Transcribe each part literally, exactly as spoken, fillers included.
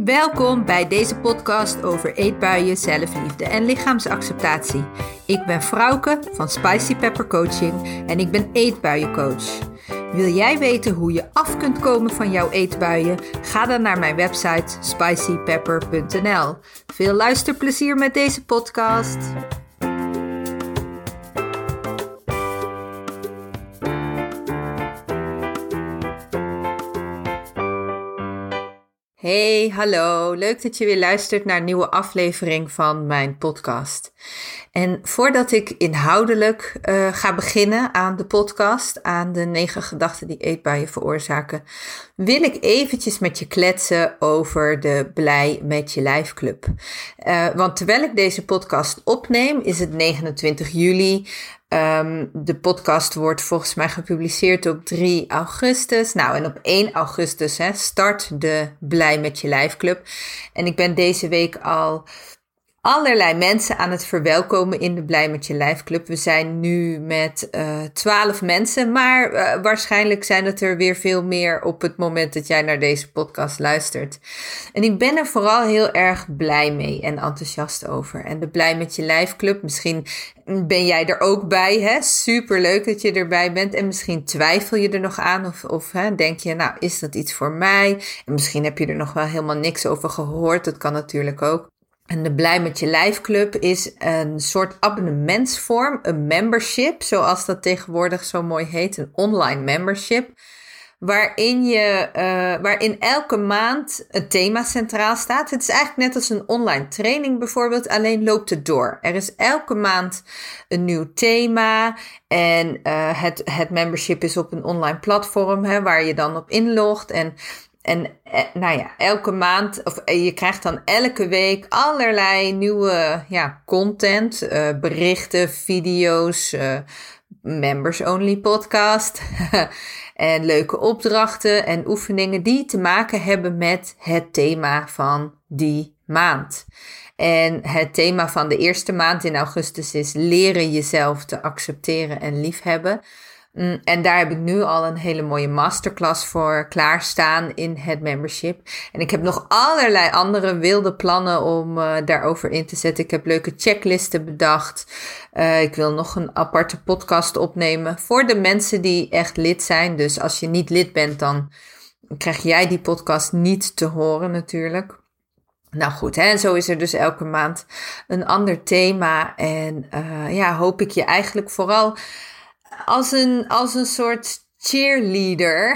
Welkom bij deze podcast over eetbuien, zelfliefde en lichaamsacceptatie. Ik ben Frauke van Spicy Pepper Coaching en ik ben eetbuiencoach. Wil jij weten hoe je af kunt komen van jouw eetbuien? Ga dan naar mijn website spicy pepper punt n l. Veel luisterplezier met deze podcast. Hey, hallo. Leuk dat je weer luistert naar een nieuwe aflevering van mijn podcast. En voordat ik inhoudelijk uh, ga beginnen aan de podcast, aan de negen gedachten die eetbuien veroorzaken, wil ik eventjes met je kletsen over de Blij met je lijf club. Uh, want terwijl ik deze podcast opneem, is het negenentwintig juli. Um, de podcast wordt volgens mij gepubliceerd op drie augustus. Nou, en op één augustus hè, start de Blij met je lijf club. En ik ben deze week al allerlei mensen aan het verwelkomen in de Blij met je lijf club. We zijn nu met twaalf uh, mensen, maar uh, waarschijnlijk zijn het er weer veel meer op het moment dat jij naar deze podcast luistert. En ik ben er vooral heel erg blij mee en enthousiast over. En de Blij met je lijf club, misschien ben jij er ook bij, hè? Superleuk dat je erbij bent. En misschien twijfel je er nog aan of, of hè, denk je, nou, is dat iets voor mij? En misschien heb je er nog wel helemaal niks over gehoord. Dat kan natuurlijk ook. En de Blij met je lijf club is een soort abonnementsvorm, een membership, zoals dat tegenwoordig zo mooi heet, een online membership, waarin je, uh, waarin elke maand een thema centraal staat. Het is eigenlijk net als een online training bijvoorbeeld, alleen loopt het door. Er is elke maand een nieuw thema en uh, het, het membership is op een online platform hè, waar je dan op inlogt en En nou ja, elke maand, of je krijgt dan elke week allerlei nieuwe ja, content, uh, berichten, video's, uh, members-only podcast en leuke opdrachten en oefeningen die te maken hebben met het thema van die maand. En het thema van de eerste maand in augustus is leren jezelf te accepteren en liefhebben. En daar heb ik nu al een hele mooie masterclass voor klaarstaan in het membership. En ik heb nog allerlei andere wilde plannen om uh, daarover in te zetten. Ik heb leuke checklisten bedacht. Uh, ik wil nog een aparte podcast opnemen voor de mensen die echt lid zijn. Dus als je niet lid bent, dan krijg jij die podcast niet te horen natuurlijk. Nou goed, hè, en zo is er dus elke maand een ander thema. En uh, ja, hoop ik je eigenlijk vooral Als een, als een soort cheerleader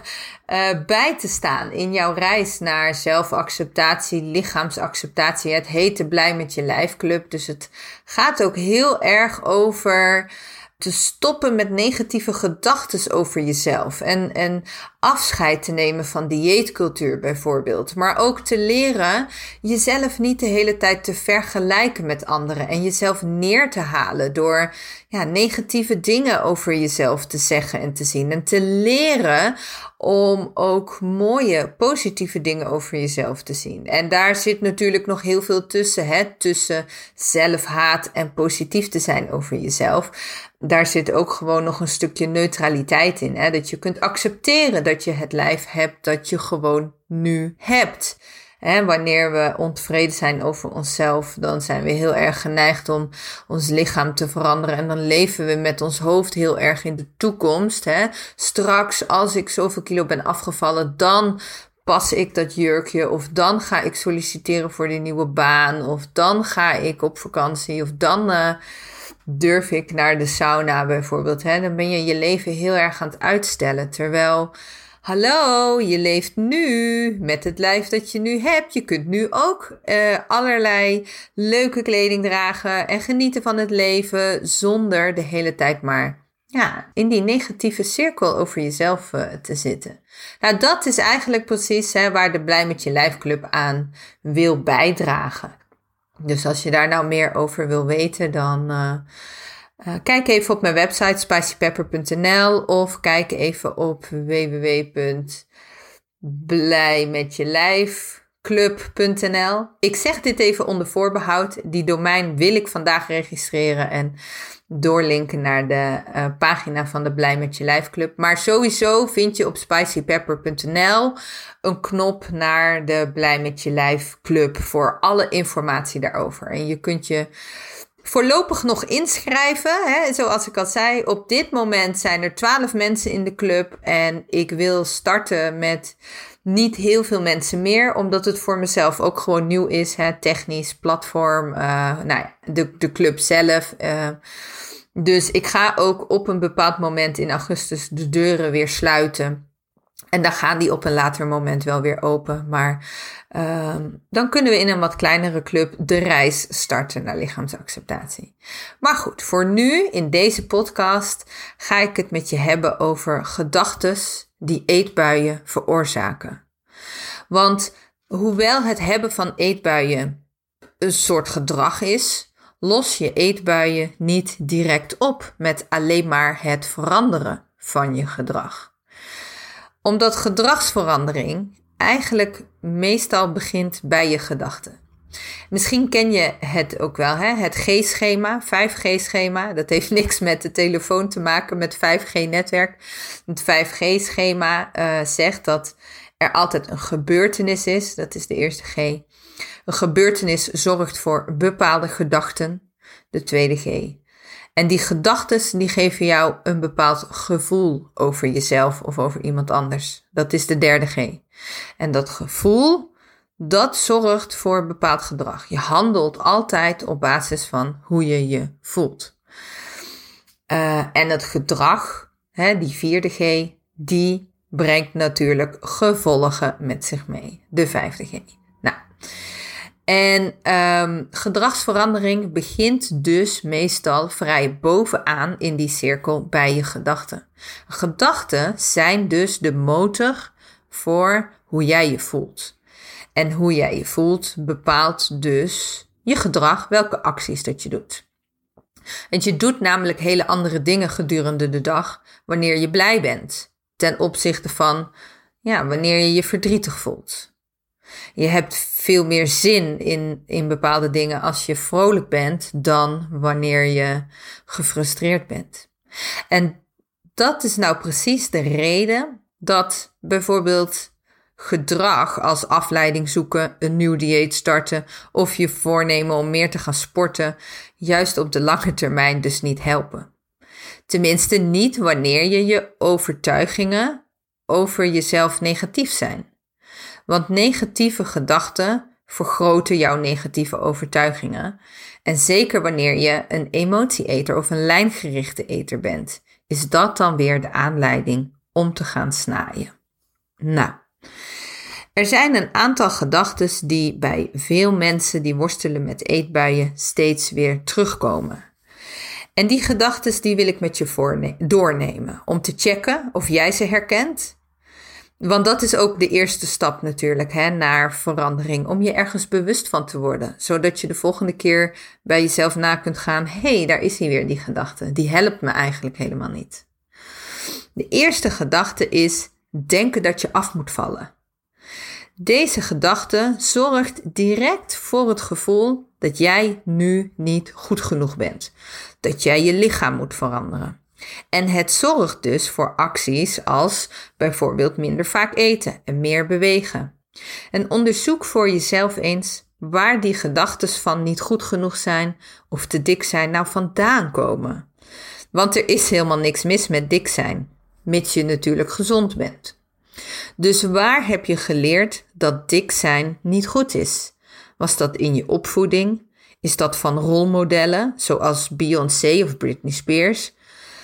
uh, bij te staan in jouw reis naar zelfacceptatie, lichaamsacceptatie. Het heet de Blij met je lijf club, dus het gaat ook heel erg over te stoppen met negatieve gedachten over jezelf. En, en afscheid te nemen van dieetcultuur bijvoorbeeld. Maar ook te leren jezelf niet de hele tijd te vergelijken met anderen. En jezelf neer te halen door ja, negatieve dingen over jezelf te zeggen en te zien. En te leren om ook mooie, positieve dingen over jezelf te zien. En daar zit natuurlijk nog heel veel tussen. Hè? Tussen zelfhaat en positief te zijn over jezelf. Daar zit ook gewoon nog een stukje neutraliteit in. Hè? Dat je kunt accepteren dat je het lijf hebt dat je gewoon nu hebt. En wanneer we ontevreden zijn over onszelf, dan zijn we heel erg geneigd om ons lichaam te veranderen. En dan leven we met ons hoofd heel erg in de toekomst. Hè? Straks, als ik zoveel kilo ben afgevallen, dan pas ik dat jurkje. Of dan ga ik solliciteren voor die nieuwe baan. Of dan ga ik op vakantie. Of dan uh, durf ik naar de sauna bijvoorbeeld. Hè? Dan ben je je leven heel erg aan het uitstellen. Terwijl, hallo, je leeft nu met het lijf dat je nu hebt. Je kunt nu ook uh, allerlei leuke kleding dragen en genieten van het leven zonder de hele tijd maar ja, in die negatieve cirkel over jezelf uh, te zitten. Nou, dat is eigenlijk precies hè, waar de Blij met je lijf club aan wil bijdragen. Dus als je daar nou meer over wil weten, dan Uh, Uh, kijk even op mijn website spicy pepper punt n l of kijk even op w w w punt blij met je lijf club punt n l. Ik zeg dit even onder voorbehoud. Die domein wil ik vandaag registreren en doorlinken naar de uh, pagina van de Blij Met Je Lijf Club. Maar sowieso vind je op spicy pepper punt n l een knop naar de Blij Met Je Lijf Club voor alle informatie daarover. En je kunt je voorlopig nog inschrijven. Hè? Zoals ik al zei, op dit moment zijn er twaalf mensen in de club. En ik wil starten met niet heel veel mensen meer. Omdat het voor mezelf ook gewoon nieuw is. Hè? Technisch, platform, uh, nou ja, de, de club zelf. Uh, dus ik ga ook op een bepaald moment in augustus de deuren weer sluiten. En dan gaan die op een later moment wel weer open. Maar uh, dan kunnen we in een wat kleinere club de reis starten naar lichaamsacceptatie. Maar goed, voor nu in deze podcast ga ik het met je hebben over gedachtes die eetbuien veroorzaken. Want hoewel het hebben van eetbuien een soort gedrag is, los je eetbuien niet direct op met alleen maar het veranderen van je gedrag. Omdat gedragsverandering eigenlijk meestal begint bij je gedachten. Misschien ken je het ook wel, hè? Het G-schema, vijf G-schema. Dat heeft niks met de telefoon te maken, met vijf G-netwerk. Het vijf G-schema uh, zegt dat er altijd een gebeurtenis is. Dat is de eerste G. Een gebeurtenis zorgt voor bepaalde gedachten. De tweede G. En die gedachten die geven jou een bepaald gevoel over jezelf of over iemand anders. Dat is de derde G. En dat gevoel, dat zorgt voor bepaald gedrag. Je handelt altijd op basis van hoe je je voelt. Uh, en het gedrag, hè, die vierde G, die brengt natuurlijk gevolgen met zich mee. De vijfde G. Nou, en um, gedragsverandering begint dus meestal vrij bovenaan in die cirkel bij je gedachten. Gedachten zijn dus de motor voor hoe jij je voelt. En hoe jij je voelt bepaalt dus je gedrag, welke acties dat je doet. Want je doet namelijk hele andere dingen gedurende de dag wanneer je blij bent. Ten opzichte van ja, wanneer je je verdrietig voelt. Je hebt veel meer zin in, in bepaalde dingen als je vrolijk bent dan wanneer je gefrustreerd bent. En dat is nou precies de reden dat bijvoorbeeld gedrag als afleiding zoeken, een nieuw dieet starten of je voornemen om meer te gaan sporten juist op de lange termijn dus niet helpen. Tenminste niet wanneer je je overtuigingen over jezelf negatief zijn. Want negatieve gedachten vergroten jouw negatieve overtuigingen. En zeker wanneer je een emotieeter of een lijngerichte eter bent, is dat dan weer de aanleiding om te gaan snaaien. Nou, er zijn een aantal gedachten die bij veel mensen die worstelen met eetbuien steeds weer terugkomen. En die gedachten die wil ik met je voorne- doornemen om te checken of jij ze herkent. Want dat is ook de eerste stap natuurlijk, hè, naar verandering, om je ergens bewust van te worden. Zodat je de volgende keer bij jezelf na kunt gaan, hé, hey, daar is hij weer, die gedachte. Die helpt me eigenlijk helemaal niet. De eerste gedachte is denken dat je af moet vallen. Deze gedachte zorgt direct voor het gevoel dat jij nu niet goed genoeg bent. Dat jij je lichaam moet veranderen. En het zorgt dus voor acties als bijvoorbeeld minder vaak eten en meer bewegen. En onderzoek voor jezelf eens waar die gedachten van niet goed genoeg zijn of te dik zijn nou vandaan komen. Want er is helemaal niks mis met dik zijn, mits je natuurlijk gezond bent. Dus waar heb je geleerd dat dik zijn niet goed is? Was dat in je opvoeding? Is dat van rolmodellen zoals Beyoncé of Britney Spears?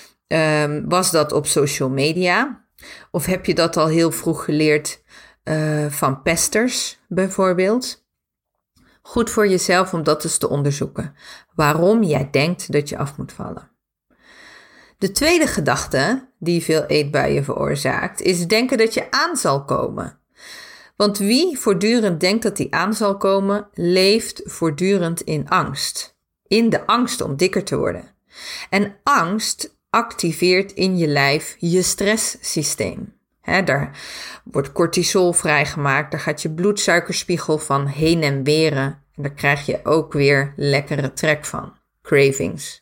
Um, was dat op social media? Of heb je dat al heel vroeg geleerd uh, van pesters bijvoorbeeld? Goed voor jezelf om dat eens te onderzoeken. Waarom jij denkt dat je af moet vallen. De tweede gedachte die veel eetbuien veroorzaakt is denken dat je aan zal komen. Want wie voortdurend denkt dat hij aan zal komen, leeft voortdurend in angst. In de angst om dikker te worden. En angst activeert in je lijf je stresssysteem. He, daar wordt cortisol vrijgemaakt, daar gaat je bloedsuikerspiegel van heen en weren. En daar krijg je ook weer lekkere trek van, cravings.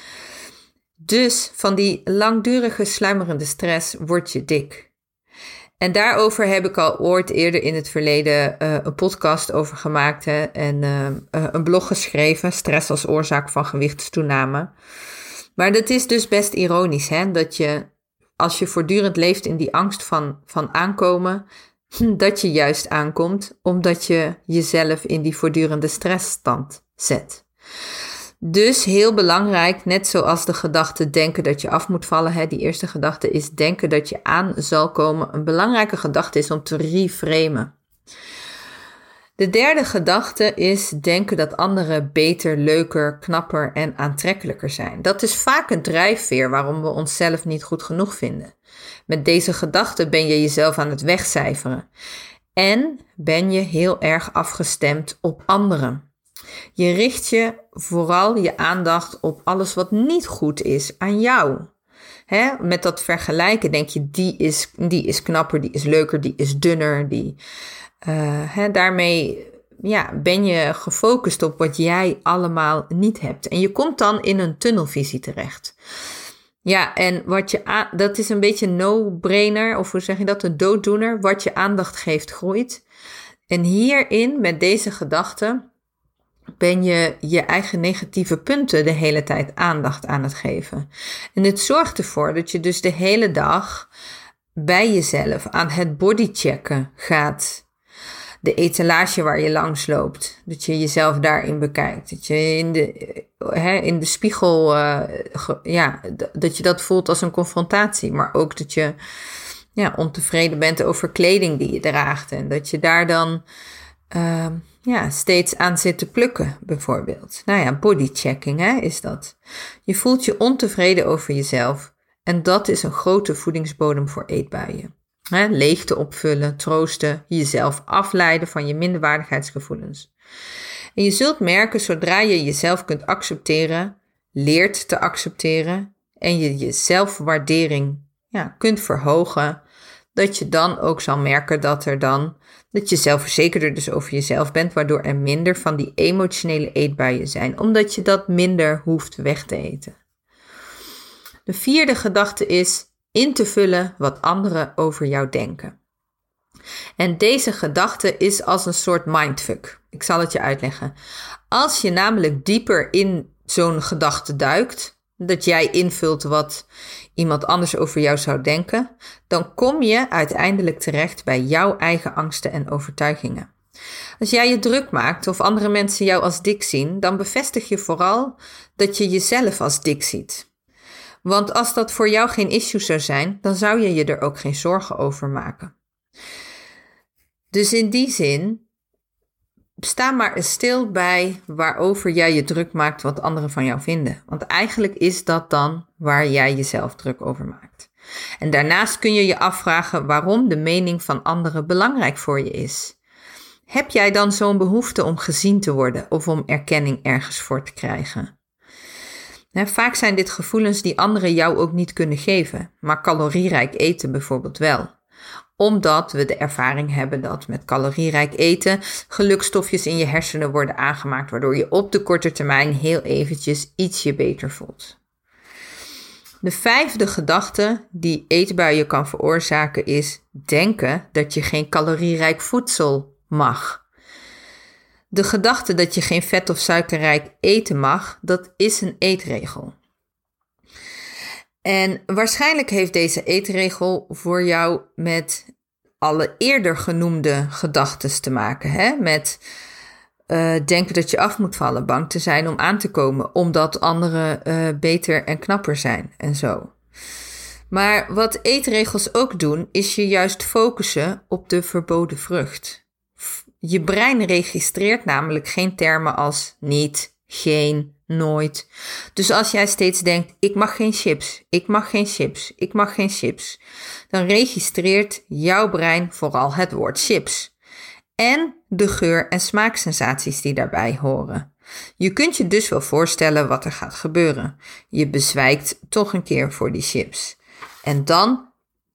Dus van die langdurige sluimerende stress word je dik. En daarover heb ik al ooit eerder in het verleden uh, een podcast over gemaakt hè, en uh, uh, een blog geschreven, stress als oorzaak van gewichtstoename. Maar dat is dus best ironisch, hè, dat je als je voortdurend leeft in die angst van, van aankomen, dat je juist aankomt omdat je jezelf in die voortdurende stressstand zet. Dus heel belangrijk, net zoals de gedachte denken dat je af moet vallen. Hè, die eerste gedachte is denken dat je aan zal komen. Een belangrijke gedachte is om te reframen. De derde gedachte is denken dat anderen beter, leuker, knapper en aantrekkelijker zijn. Dat is vaak een drijfveer waarom we onszelf niet goed genoeg vinden. Met deze gedachte ben je jezelf aan het wegcijferen. En ben je heel erg afgestemd op anderen. Je richt je vooral je aandacht op alles wat niet goed is aan jou. Hè? Met dat vergelijken denk je, die is, die is knapper, die is leuker, die is dunner. Die, uh, hè? Daarmee ja, ben je gefocust op wat jij allemaal niet hebt. En je komt dan in een tunnelvisie terecht. Ja, en wat je a- dat is een beetje een no-brainer, of hoe zeg je dat, een dooddoener. Wat je aandacht geeft, groeit. En hierin, met deze gedachte, ben je je eigen negatieve punten de hele tijd aandacht aan het geven. En dit zorgt ervoor dat je dus de hele dag bij jezelf aan het bodychecken gaat. De etalage waar je langs loopt, dat je jezelf daarin bekijkt. Dat je in de, hè, in de spiegel, uh, ge, ja, d- dat je dat voelt als een confrontatie. Maar ook dat je ja, ontevreden bent over kleding die je draagt. En dat je daar dan Uh, ja, steeds aan zit te plukken, bijvoorbeeld. Nou ja, bodychecking hè, is dat. Je voelt je ontevreden over jezelf en dat is een grote voedingsbodem voor eetbuien. Hè, leegte opvullen, troosten, jezelf afleiden van je minderwaardigheidsgevoelens. En je zult merken, zodra je jezelf kunt accepteren, leert te accepteren en je je zelfwaardering ja, kunt verhogen, dat je dan ook zal merken dat er dan dat je zelfverzekerder dus over jezelf bent, waardoor er minder van die emotionele eetbuien zijn, omdat je dat minder hoeft weg te eten. De vierde gedachte is in te vullen wat anderen over jou denken. En deze gedachte is als een soort mindfuck. Ik zal het je uitleggen. Als je namelijk dieper in zo'n gedachte duikt, dat jij invult wat iemand anders over jou zou denken, dan kom je uiteindelijk terecht bij jouw eigen angsten en overtuigingen. Als jij je druk maakt of andere mensen jou als dik zien, dan bevestig je vooral dat je jezelf als dik ziet. Want als dat voor jou geen issue zou zijn, dan zou je je er ook geen zorgen over maken. Dus in die zin, sta maar eens stil bij waarover jij je druk maakt wat anderen van jou vinden. Want eigenlijk is dat dan waar jij jezelf druk over maakt. En daarnaast kun je je afvragen waarom de mening van anderen belangrijk voor je is. Heb jij dan zo'n behoefte om gezien te worden of om erkenning ergens voor te krijgen? He, vaak zijn dit gevoelens die anderen jou ook niet kunnen geven, maar calorierijk eten bijvoorbeeld wel. Omdat we de ervaring hebben dat met calorierijk eten gelukstofjes in je hersenen worden aangemaakt, waardoor je op de korte termijn heel eventjes ietsje beter voelt. De vijfde gedachte die eetbuien kan veroorzaken is denken dat je geen calorierijk voedsel mag. De gedachte dat je geen vet of suikerrijk eten mag, dat is een eetregel. En waarschijnlijk heeft deze eetregel voor jou met alle eerder genoemde gedachten te maken. Hè? Met uh, denken dat je af moet vallen, bang te zijn om aan te komen, omdat anderen uh, beter en knapper zijn en zo. Maar wat eetregels ook doen, is je juist focussen op de verboden vrucht. Je brein registreert namelijk geen termen als niet, geen, nooit. Dus als jij steeds denkt, ik mag geen chips, ik mag geen chips, ik mag geen chips, dan registreert jouw brein vooral het woord chips. En de geur- en smaaksensaties die daarbij horen. Je kunt je dus wel voorstellen wat er gaat gebeuren. Je bezwijkt toch een keer voor die chips. En dan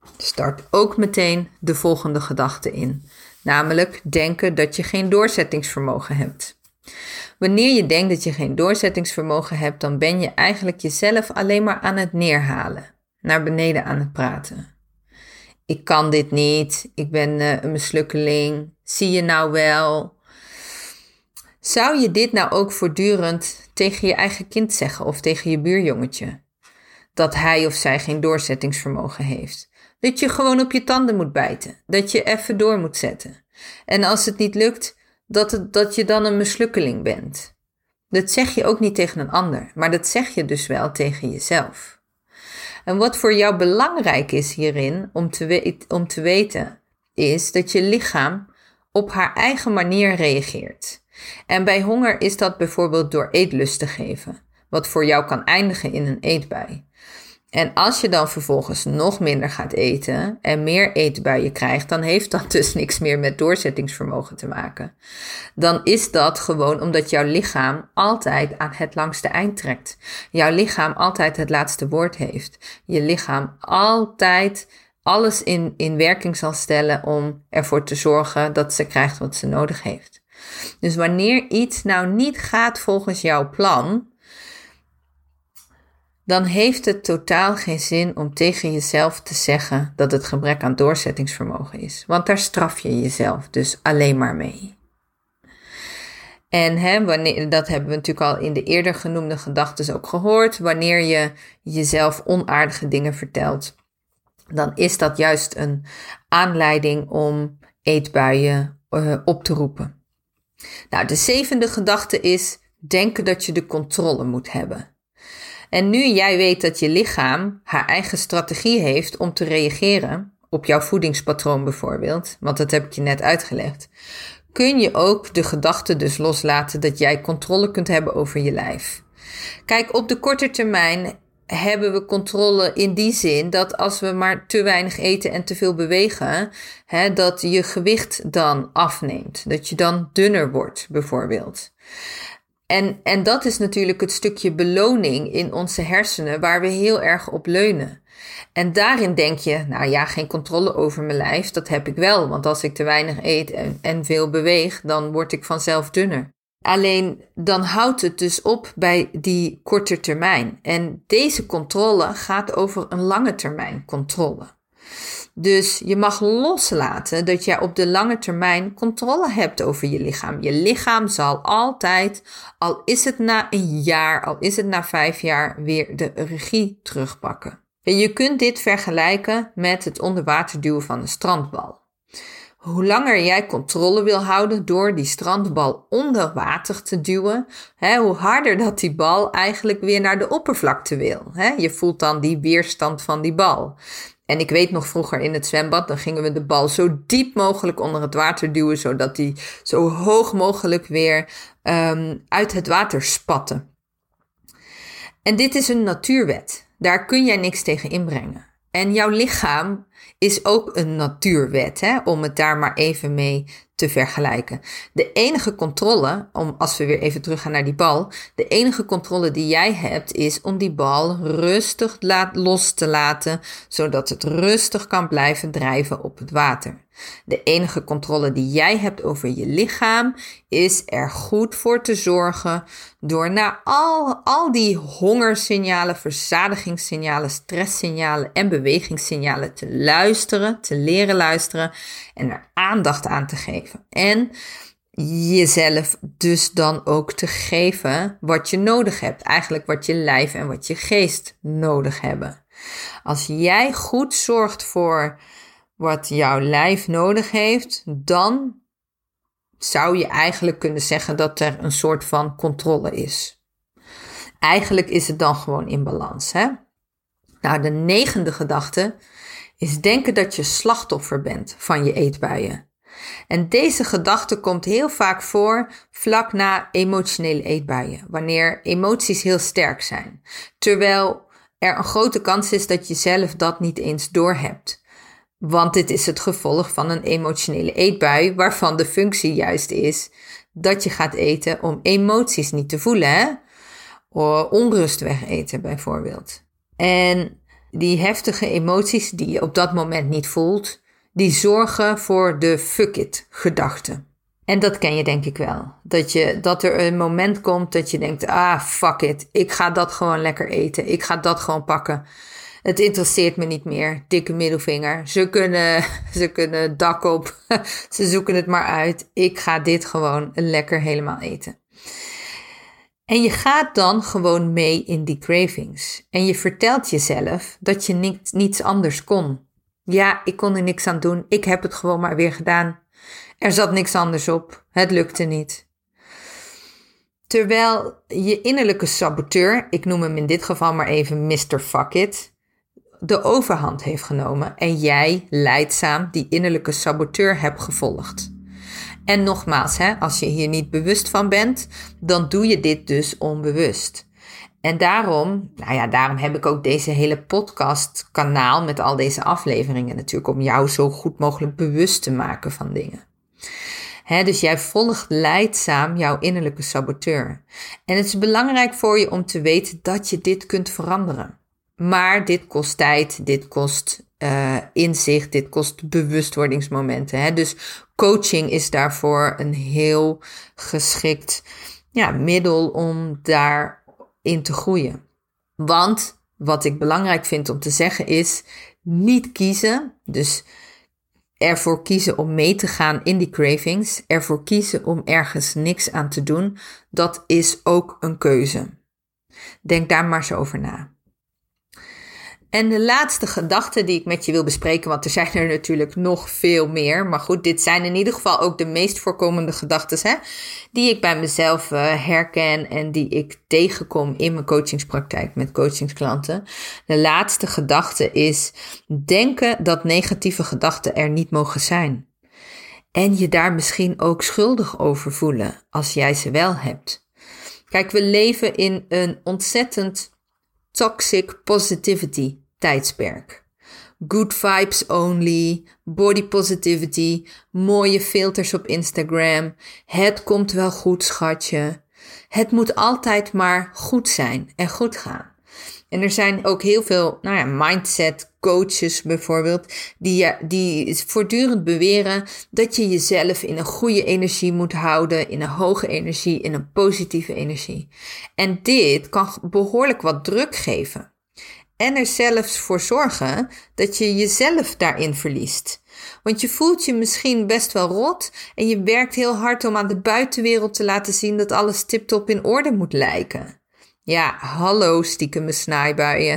start ook meteen de volgende gedachte in. Namelijk denken dat je geen doorzettingsvermogen hebt. Wanneer je denkt dat je geen doorzettingsvermogen hebt, dan ben je eigenlijk jezelf alleen maar aan het neerhalen. Naar beneden aan het praten. Ik kan dit niet, ik ben uh, een mislukkeling, zie je nou wel? Zou je dit nou ook voortdurend tegen je eigen kind zeggen of tegen je buurjongetje? Dat hij of zij geen doorzettingsvermogen heeft. Dat je gewoon op je tanden moet bijten, dat je even door moet zetten. En als het niet lukt, dat, het, dat je dan een mislukkeling bent. Dat zeg je ook niet tegen een ander, maar dat zeg je dus wel tegen jezelf. En wat voor jou belangrijk is hierin om te, we- om te weten, is dat je lichaam op haar eigen manier reageert. En bij honger is dat bijvoorbeeld door eetlust te geven, wat voor jou kan eindigen in een eetbui. En als je dan vervolgens nog minder gaat eten en meer eetbuien krijgt, dan heeft dat dus niks meer met doorzettingsvermogen te maken. Dan is dat gewoon omdat jouw lichaam altijd aan het langste eind trekt. Jouw lichaam altijd het laatste woord heeft. Je lichaam altijd alles in, in werking zal stellen om ervoor te zorgen dat ze krijgt wat ze nodig heeft. Dus wanneer iets nou niet gaat volgens jouw plan, dan heeft het totaal geen zin om tegen jezelf te zeggen dat het gebrek aan doorzettingsvermogen is. Want daar straf je jezelf dus alleen maar mee. En hè, wanneer, dat hebben we natuurlijk al in de eerder genoemde gedachten ook gehoord. Wanneer je jezelf onaardige dingen vertelt, dan is dat juist een aanleiding om eetbuien uh, op te roepen. Nou, de zevende gedachte is denken dat je de controle moet hebben. En nu jij weet dat je lichaam haar eigen strategie heeft om te reageren, op jouw voedingspatroon bijvoorbeeld, want dat heb ik je net uitgelegd, kun je ook de gedachte dus loslaten dat jij controle kunt hebben over je lijf. Kijk, op de korte termijn hebben we controle in die zin dat als we maar te weinig eten en te veel bewegen, hè, dat je gewicht dan afneemt, dat je dan dunner wordt bijvoorbeeld. En, en dat is natuurlijk het stukje beloning in onze hersenen waar we heel erg op leunen. En daarin denk je, nou ja, geen controle over mijn lijf, dat heb ik wel. Want als ik te weinig eet en, en veel beweeg, dan word ik vanzelf dunner. Alleen dan houdt het dus op bij die korte termijn. En deze controle gaat over een lange termijn controle. Dus je mag loslaten dat jij op de lange termijn controle hebt over je lichaam. Je lichaam zal altijd, al is het na een jaar, al is het na vijf jaar, weer de regie terugpakken. En je kunt dit vergelijken met het onder water duwen van een strandbal. Hoe langer jij controle wil houden door die strandbal onder water te duwen, hè, hoe harder dat die bal eigenlijk weer naar de oppervlakte wil. Hè. Je voelt dan die weerstand van die bal. En ik weet nog vroeger in het zwembad, dan gingen we de bal zo diep mogelijk onder het water duwen, zodat die zo hoog mogelijk weer um, uit het water spatte. En dit is een natuurwet. Daar kun jij niks tegen inbrengen. En jouw lichaam is ook een natuurwet, hè, om het daar maar even mee te vergelijken. De enige controle, om, als we weer even teruggaan naar die bal, de enige controle die jij hebt is om die bal rustig laat, los te laten, zodat het rustig kan blijven drijven op het water. De enige controle die jij hebt over je lichaam is er goed voor te zorgen door naar al, al die hongersignalen, verzadigingssignalen, stresssignalen en bewegingssignalen te luisteren, te leren luisteren en er aandacht aan te geven. En jezelf dus dan ook te geven wat je nodig hebt. Eigenlijk wat je lijf en wat je geest nodig hebben. Als jij goed zorgt voor wat jouw lijf nodig heeft, dan zou je eigenlijk kunnen zeggen dat er een soort van controle is. Eigenlijk is het dan gewoon in balans, hè? Nou, de negende gedachte is denken dat je slachtoffer bent van je eetbuien. En deze gedachte komt heel vaak voor vlak na emotionele eetbuien, wanneer emoties heel sterk zijn. Terwijl er een grote kans is dat je zelf dat niet eens doorhebt. Want dit is het gevolg van een emotionele eetbui, waarvan de functie juist is dat je gaat eten om emoties niet te voelen, hè? Onrust wegeten bijvoorbeeld. En die heftige emoties die je op dat moment niet voelt, die zorgen voor de fuck it gedachte. En dat ken je denk ik wel. Dat, je, dat er een moment komt dat je denkt, ah fuck it, ik ga dat gewoon lekker eten. Ik ga dat gewoon pakken. Het interesseert me niet meer. Dikke middelvinger. Ze kunnen, ze kunnen dak op. Ze zoeken het maar uit. Ik ga dit gewoon lekker helemaal eten. En je gaat dan gewoon mee in die cravings. En je vertelt jezelf dat je niets, niets anders kon. Ja, ik kon er niks aan doen. Ik heb het gewoon maar weer gedaan. Er zat niks anders op. Het lukte niet. Terwijl je innerlijke saboteur, ik noem hem in dit geval maar even mister Fuck It, de overhand heeft genomen en jij lijdzaam die innerlijke saboteur hebt gevolgd. En nogmaals, hè, als je hier niet bewust van bent, dan doe je dit dus onbewust. En daarom, nou ja, daarom heb ik ook deze hele podcastkanaal met al deze afleveringen natuurlijk, om jou zo goed mogelijk bewust te maken van dingen. He, dus jij volgt lijdzaam jouw innerlijke saboteur. En het is belangrijk voor je om te weten dat je dit kunt veranderen. Maar dit kost tijd, dit kost uh, inzicht, dit kost bewustwordingsmomenten. Hè? Dus coaching is daarvoor een heel geschikt ja, middel om daarin te groeien. Want wat ik belangrijk vind om te zeggen is niet kiezen, dus ervoor kiezen om mee te gaan in die cravings, ervoor kiezen om ergens niks aan te doen, dat is ook een keuze. Denk daar maar eens over na. En de laatste gedachte die ik met je wil bespreken, want er zijn er natuurlijk nog veel meer. Maar goed, dit zijn in ieder geval ook de meest voorkomende gedachten, hè, die ik bij mezelf uh, herken en die ik tegenkom in mijn coachingspraktijk met coachingsklanten. De laatste gedachte is denken dat negatieve gedachten er niet mogen zijn. En je daar misschien ook schuldig over voelen als jij ze wel hebt. Kijk, we leven in een ontzettend toxic positivity tijdsperk. Good vibes only, body positivity, mooie filters op Instagram. Het komt wel goed, schatje. Het moet altijd maar goed zijn en goed gaan. En er zijn ook heel veel nou ja, mindset coaches bijvoorbeeld, die, die voortdurend beweren dat je jezelf in een goede energie moet houden, in een hoge energie, in een positieve energie. En dit kan behoorlijk wat druk geven. En er zelfs voor zorgen dat je jezelf daarin verliest. Want je voelt je misschien best wel rot en je werkt heel hard om aan de buitenwereld te laten zien dat alles tiptop in orde moet lijken. Ja, hallo stiekeme snaaibuien.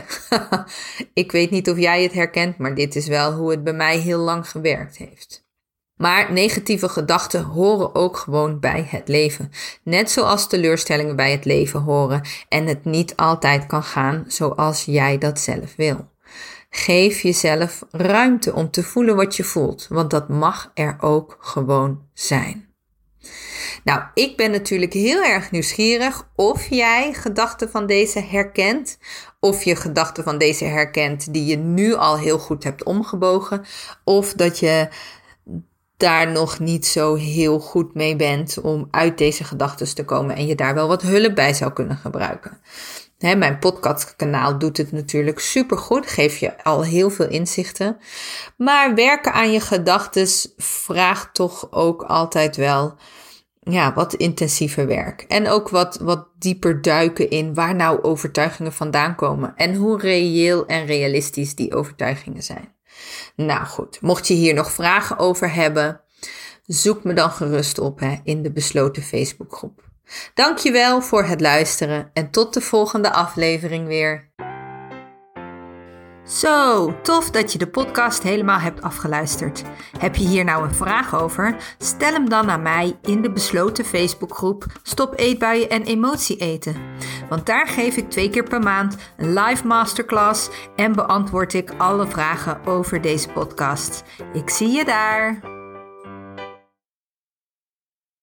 Ik weet niet of jij het herkent, maar dit is wel hoe het bij mij heel lang gewerkt heeft. Maar negatieve gedachten horen ook gewoon bij het leven. Net zoals teleurstellingen bij het leven horen en het niet altijd kan gaan zoals jij dat zelf wil. Geef jezelf ruimte om te voelen wat je voelt, want dat mag er ook gewoon zijn. Nou, ik ben natuurlijk heel erg nieuwsgierig of jij gedachten van deze herkent, of je gedachten van deze herkent die je nu al heel goed hebt omgebogen, of dat je daar nog niet zo heel goed mee bent om uit deze gedachten te komen en je daar wel wat hulp bij zou kunnen gebruiken. He, mijn podcastkanaal doet het natuurlijk supergoed, geeft je al heel veel inzichten. Maar werken aan je gedachten vraagt toch ook altijd wel ja, wat intensiever werk. En ook wat, wat dieper duiken in waar nou overtuigingen vandaan komen en hoe reëel en realistisch die overtuigingen zijn. Nou goed, mocht je hier nog vragen over hebben, zoek me dan gerust op hè, in de besloten Facebookgroep. Dankjewel voor het luisteren en tot de volgende aflevering weer. Zo, tof dat je de podcast helemaal hebt afgeluisterd. Heb je hier nou een vraag over? Stel hem dan aan mij in de besloten Facebookgroep Stop Eetbuien en Emotie Eten. Want daar geef ik twee keer per maand een live masterclass en beantwoord ik alle vragen over deze podcast. Ik zie je daar!